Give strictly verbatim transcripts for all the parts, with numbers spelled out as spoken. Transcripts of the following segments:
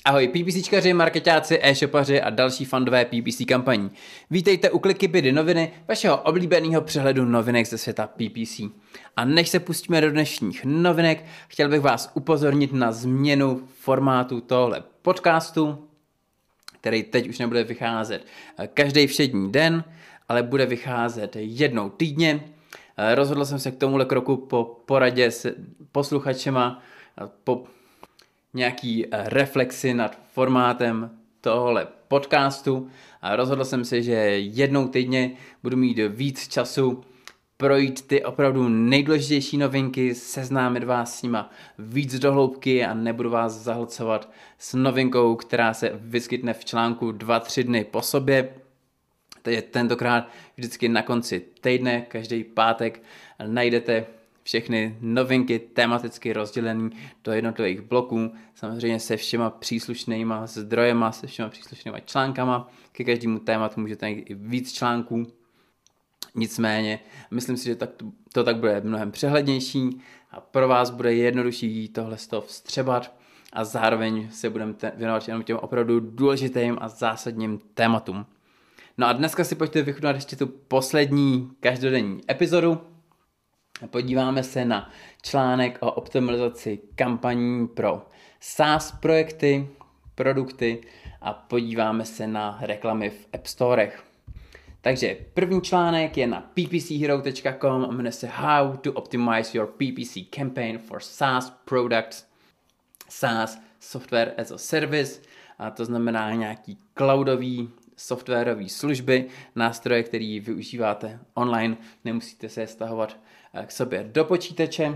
Ahoj PPCčkaři, marketáci, e-shopaři a další fandové P P C kampaní. Vítejte u Klikybidy noviny, vašeho oblíbeného přehledu novinek ze světa P P C. A než se pustíme do dnešních novinek, chtěl bych vás upozornit na změnu formátu tohle podcastu, který teď už nebude vycházet každý všední den, ale bude vycházet jednou týdně. Rozhodl jsem se k tomuhle kroku po poradě s posluchačema, po nějaký reflexy nad formátem tohle podcastu a rozhodl jsem se, že jednou týdně budu mít víc času projít ty opravdu nejdůležitější novinky, seznámit vás s nima víc do hloubky a nebudu vás zahlcovat s novinkou, která se vyskytne v článku dva tři dny po sobě. Takže tentokrát vždycky na konci týdne, každý pátek najdete všechny novinky tematicky rozdělené do jednotlivých bloků, samozřejmě se všema příslušnýma zdrojema, se všema příslušnýma článkama. Ke každému tématu můžete najít i víc článků. Nicméně, myslím si, že tak to, to tak bude mnohem přehlednější a pro vás bude jednodušší tohle z toho vstřebat a zároveň se budeme věnovat jenom těm opravdu důležitým a zásadním tématům. No a dneska si pojďte vychutnat ještě tu poslední každodenní epizodu. Podíváme se na článek o optimalizaci kampaní pro SaaS projekty, produkty a podíváme se na reklamy v App Storech. Takže první článek je na p p c hero tečka com a jmenuje se How to Optimize Your P P C Campaign for SaaS Products. SaaS, Software as a Service, a to znamená nějaký cloudový softwarové služby, nástroje, které využíváte online, nemusíte se je stahovat k sobě do počítače.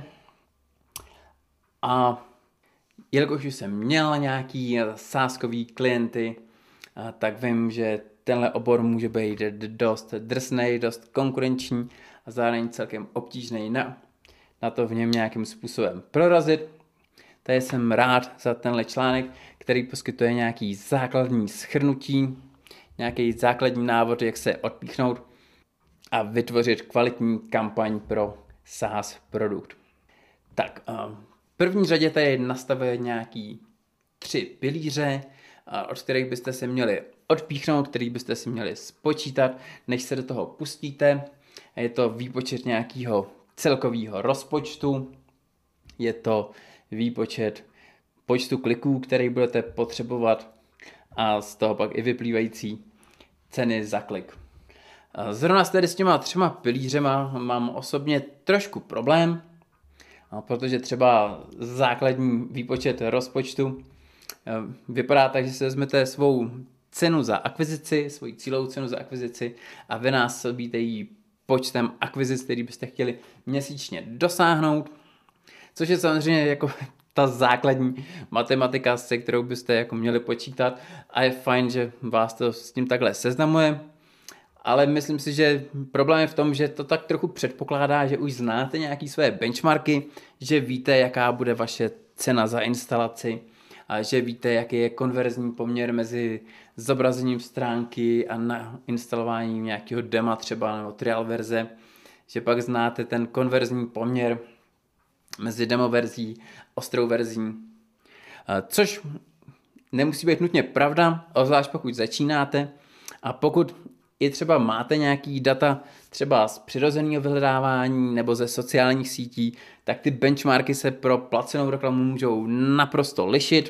A jelikož už jsem měl nějaký sáskový klienty, tak vím, že tenhle obor může být dost drsnej, dost konkurenční a zároveň celkem obtížný na, na to v něm nějakým způsobem prorazit. Takže jsem rád za tenhle článek, který poskytuje nějaký základní shrnutí, nějaký základní návod, jak se odpíchnout a vytvořit kvalitní kampaň pro SaaS produkt. Tak, v první řadě tady nastavuje nějaký tři pilíře, od kterých byste se měli odpíchnout, který byste si měli spočítat, než se do toho pustíte. Je to výpočet nějakého celkového rozpočtu, je to výpočet počtu kliků, který budete potřebovat a z toho pak i vyplývající ceny za klik. Zrovna tady s těma třema pilířema mám osobně trošku problém, protože třeba základní výpočet rozpočtu vypadá tak, že si vezmete svou cenu za akvizici, svoji cílovou cenu za akvizici a vynásobíte ji počtem akvizic, který byste chtěli měsíčně dosáhnout, což je samozřejmě jako ta základní matematika, se kterou byste jako měli počítat a je fajn, že vás to s tím takhle seznamuje, ale myslím si, že problém je v tom, že to tak trochu předpokládá, že už znáte nějaké své benchmarky, že víte, jaká bude vaše cena za instalaci a že víte, jaký je konverzní poměr mezi zobrazením stránky a nainstalováním nějakého dema třeba nebo trial verze, že pak znáte ten konverzní poměr mezi demo verzí, ostrou verzí, což nemusí být nutně pravda, obzvlášť pokud začínáte a pokud i třeba máte nějaký data třeba z přirozeného vyhledávání nebo ze sociálních sítí, tak ty benchmarky se pro placenou reklamu můžou naprosto lišit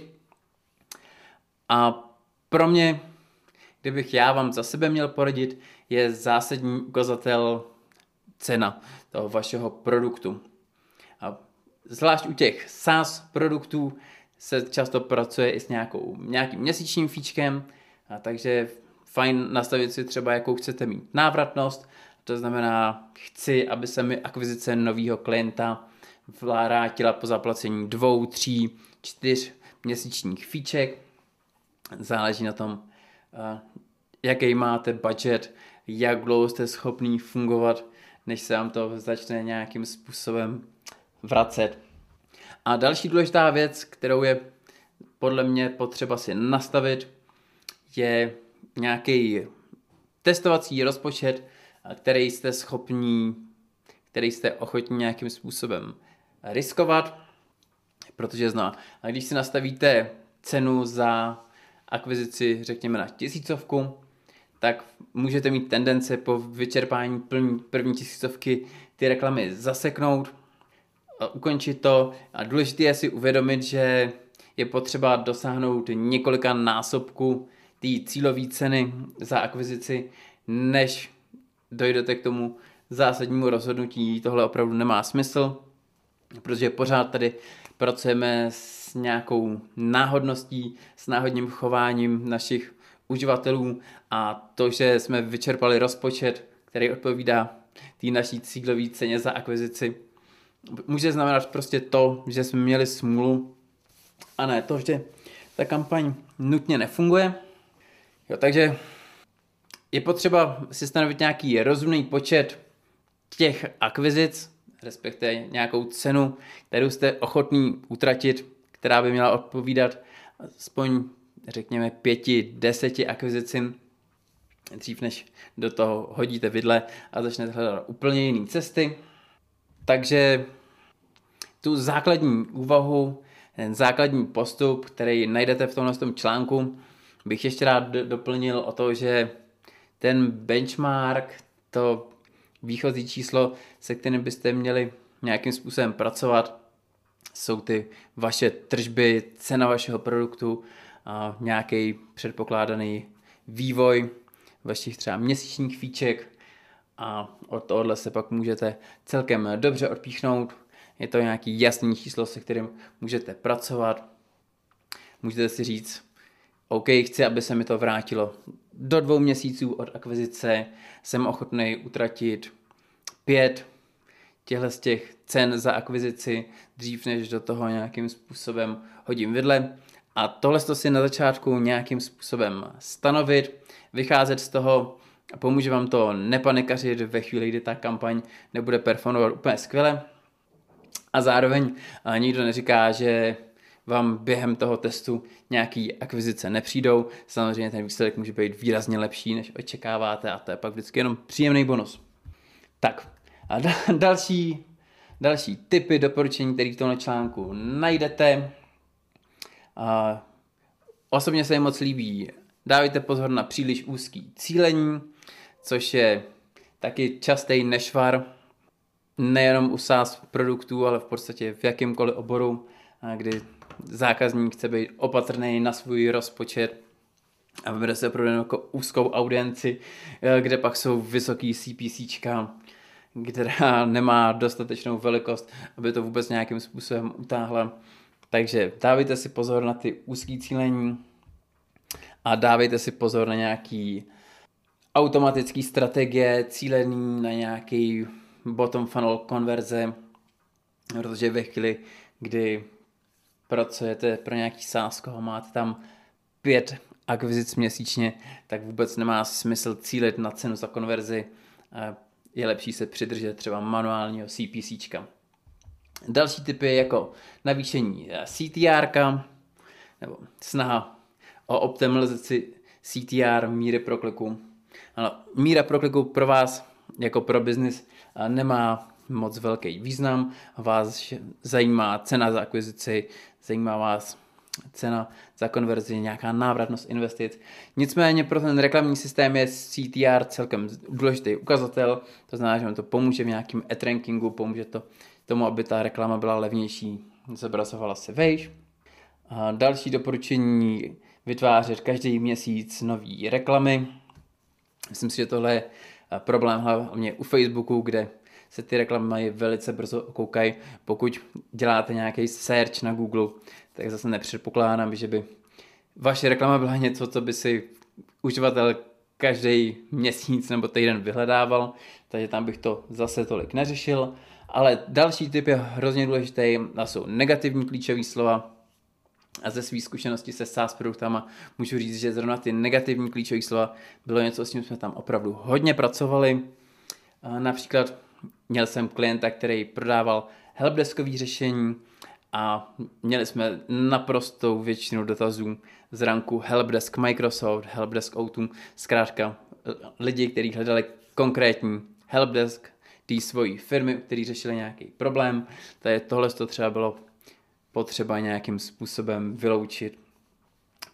a pro mě, kdybych já vám za sebe měl poradit, je zásadní ukazatel cena toho vašeho produktu. A zvlášť u těch SaaS produktů se často pracuje i s nějakou, nějakým měsíčním fíčkem, a takže fajn nastavit si třeba, jakou chcete mít návratnost. To znamená, chci, aby se mi akvizice nového klienta vrátila po zaplacení dvou, tří, čtyř měsíčních fíček. Záleží na tom, jaký máte budget, jak dlouho jste schopný fungovat, než se vám to začne nějakým způsobem vracet. A další důležitá věc, kterou je podle mě potřeba si nastavit, je nějaký testovací rozpočet, který jste schopní, který jste ochotní nějakým způsobem riskovat, protože zná. A když si nastavíte cenu za akvizici, řekněme, na tisícovku, tak můžete mít tendence po vyčerpání první tisícovky ty reklamy zaseknout, ukončit to. A důležité je si uvědomit, že je potřeba dosáhnout několika násobku té cílové ceny za akvizici, než dojdete k tomu zásadnímu rozhodnutí. Tohle opravdu nemá smysl, protože pořád tady pracujeme s nějakou náhodností, s náhodným chováním našich uživatelů a to, že jsme vyčerpali rozpočet, který odpovídá té naší cílové ceně za akvizici, může znamenat prostě to, že jsme měli smůlu a ne to, že ta kampaň nutně nefunguje. Jo, takže je potřeba si stanovit nějaký rozumný počet těch akvizic, respektive nějakou cenu, kterou jste ochotní utratit, která by měla odpovídat aspoň, řekněme, pěti, deseti akvizicím, dřív než do toho hodíte vidle a začnete hledat úplně jiné cesty. Takže tu základní úvahu, ten základní postup, který najdete v tomhle tom článku, bych ještě rád doplnil o to, že ten benchmark, to výchozí číslo, se kterým byste měli nějakým způsobem pracovat, jsou ty vaše tržby, cena vašeho produktu, a nějaký předpokládaný vývoj vašich třeba měsíčních fíček a od tohohle se pak můžete celkem dobře odpíchnout. Je to nějaký jasný číslo, se kterým můžete pracovat. Můžete si říct, OK, chci, aby se mi to vrátilo do dvou měsíců od akvizice, jsem ochotný utratit pět těchto z těch cen za akvizici dřív, než do toho nějakým způsobem hodím vidle. A tohle si na začátku nějakým způsobem stanovit, vycházet z toho a pomůže vám to nepanikařit ve chvíli, kdy ta kampaň nebude performovat úplně skvěle. A zároveň nikdo neříká, že vám během toho testu nějaký akvizice nepřijdou. Samozřejmě ten výsledek může být výrazně lepší, než očekáváte a to je pak vždycky jenom příjemný bonus. Tak a další, další tipy, doporučení, které v tomhle článku najdete. A osobně se mi moc líbí, dávejte pozor na příliš úzký cílení, což je taky častý nešvar, nejenom u SaaS produktů, ale v podstatě v jakýmkoliv oboru, kdy zákazník chce být opatrný na svůj rozpočet a vybere se opravdu jako úzkou audienci, kde pak jsou vysoký CPCčka, která nemá dostatečnou velikost, aby to vůbec nějakým způsobem utáhla. Takže dávejte si pozor na ty úzký cílení a dávejte si pozor na nějaký automatický strategie cílený na nějaký bottom funnel konverze, protože ve chvíli, kdy pracujete pro nějaký SaaS, koho máte tam pět akvizic měsíčně, tak vůbec nemá smysl cílit na cenu za konverzi. Je lepší se přidržet třeba manuálního CPCčka. Další typy jako navýšení C T R, nebo snaha o optimalizaci C T R, míry prokliku. Ano, míra prokliku pro vás jako pro biznis nemá moc velký význam. Vás zajímá cena za akvizici, zajímá vás cena za konverzi, nějaká návratnost investic. Nicméně pro ten reklamní systém je C T R celkem důležitý ukazatel, to znamená, že vám to pomůže v nějakém ad rankingu, pomůže to tomu, aby ta reklama byla levnější, zobrazovala se vejš. A další doporučení, vytvářet každý měsíc nový reklamy. Myslím si, že tohle je problém hlavně u Facebooku, kde se ty reklamy velice brzo koukají. Pokud děláte nějaký search na Google, tak zase nepředpokládám, že by vaše reklama byla něco, co by si uživatel každý měsíc nebo týden vyhledával, takže tam bych to zase tolik neřešil. Ale další typ je hrozně důležitý a jsou negativní klíčové slova. A ze své zkušenosti se SaaS produktama můžu říct, že zrovna ty negativní klíčové slova bylo něco, s tím jsme tam opravdu hodně pracovali. A například měl jsem klienta, který prodával helpdeskové řešení a měli jsme naprostou většinu dotazů z ranku Helpdesk Microsoft, Helpdesk O dva, zkrátka lidi, kteří hledali konkrétní helpdesk té svojí firmy, kteří řešili nějaký problém. Takže tohle to třeba bylo potřeba nějakým způsobem vyloučit.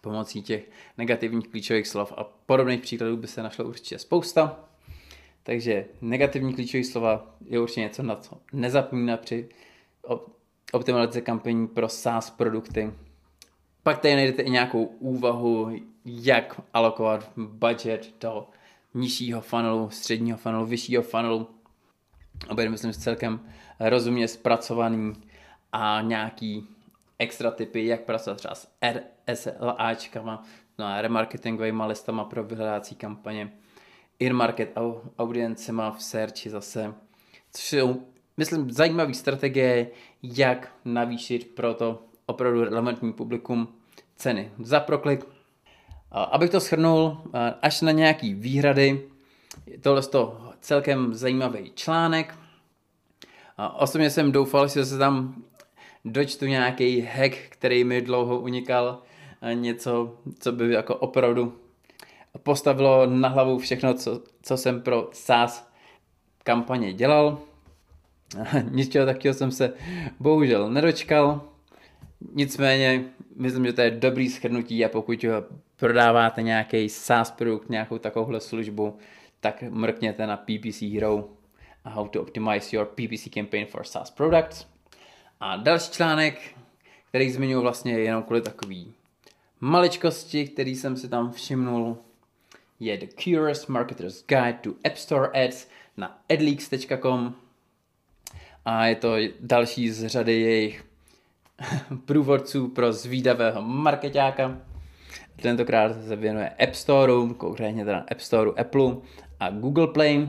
pomocí těch negativních klíčových slov a podobných příkladů by se našlo určitě spousta. Takže negativní klíčové slova je určitě něco, na co nezapomínat při optimalizaci kampaní pro SaaS produkty. Pak tady najdete i nějakou úvahu, jak alokovat budget do nižšího funnelu, středního funnelu, vyššího funnelu. Obě myslím, že celkem rozumně zpracovaný a nějaký extra tipy, jak pracovat třeba s SLAčkama, no a remarketingovými listama pro vyhledávací kampaně, in-market audiencema v searchi zase, což jsou, myslím, zajímavé strategie, jak navýšit pro to opravdu relevantní publikum ceny za proklik. Abych to shrnul, až na nějaký výhrady, tohle je to celkem zajímavý článek. Osobně jsem doufal, že se tam dočtu nějaký hack, který mi dlouho unikal, něco, co by jako opravdu postavilo na hlavu všechno, co, co jsem pro SaaS kampaně dělal. Ničeho takového jsem se bohužel nedočkal. Nicméně myslím, že to je dobrý shrnutí a pokud prodáváte nějaký SaaS produkt, nějakou takovouhle službu, tak mrkněte na P P C Hero a How to Optimize Your P P C Campaign for SaaS Products. A další článek, který zmiňuji vlastně jenom kvůli takový maličkosti, který jsem si tam všimnul, je The Curious Marketer's Guide to App Store Ads na adleaks tečka com a je to další z řady jejich průvodců pro zvídavého markeťáka. Tentokrát se věnuje App Storeu, konkrétně teda App Storeu Apple a Google Play.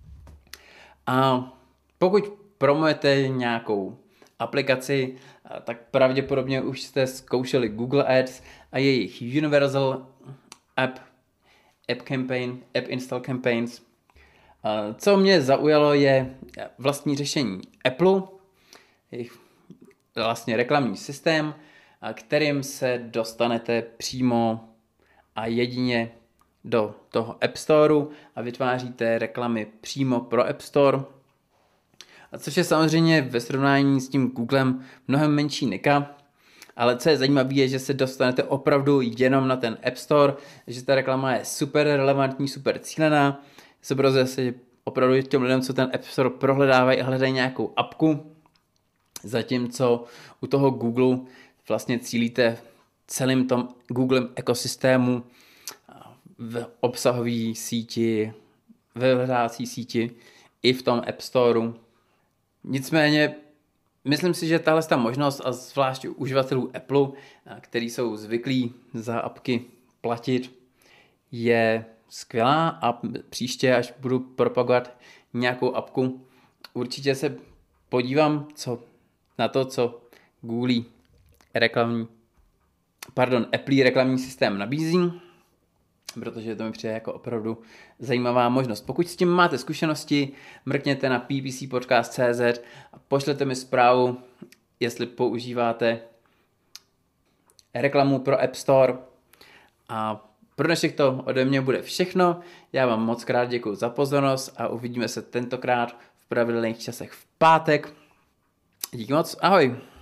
A pokud promujete nějakou aplikaci, tak pravděpodobně už jste zkoušeli Google Ads a jejich Universal App, App Campaign, App Install Campaigns. Co mě zaujalo je vlastní řešení Apple, jejich vlastně reklamní systém, kterým se dostanete přímo a jedině do toho App Storeu a vytváříte reklamy přímo pro App Store. A což je samozřejmě ve srovnání s tím Googlem mnohem menší nika, ale co je zajímavé je, že se dostanete opravdu jenom na ten App Store, že ta reklama je super relevantní, super cílená, zobrazuje se opravdu těm lidem, co ten App Store prohledávají a hledají nějakou apku, zatímco u toho Google vlastně cílíte celým tom Google ekosystému v obsahové síti, ve hledácí síti i v tom App Storeu. Nicméně myslím si, že tahle ta možnost a zvlášť u uživatelů Apple, který jsou zvyklí za apky platit, je skvělá a příště, až budu propagovat nějakou apku, určitě se podívám co, na to, co Google reklamní, pardon, Apple reklamní systém nabízí, protože to mi přijde jako opravdu zajímavá možnost. Pokud s tím máte zkušenosti, mrkněte na p p c podcast tečka c z a pošlete mi zprávu, jestli používáte reklamu pro App Store. A pro dnešek to ode mě bude všechno. Já vám moc krát děkuji za pozornost a uvidíme se tentokrát v pravidelných časech v pátek. Díky moc, ahoj!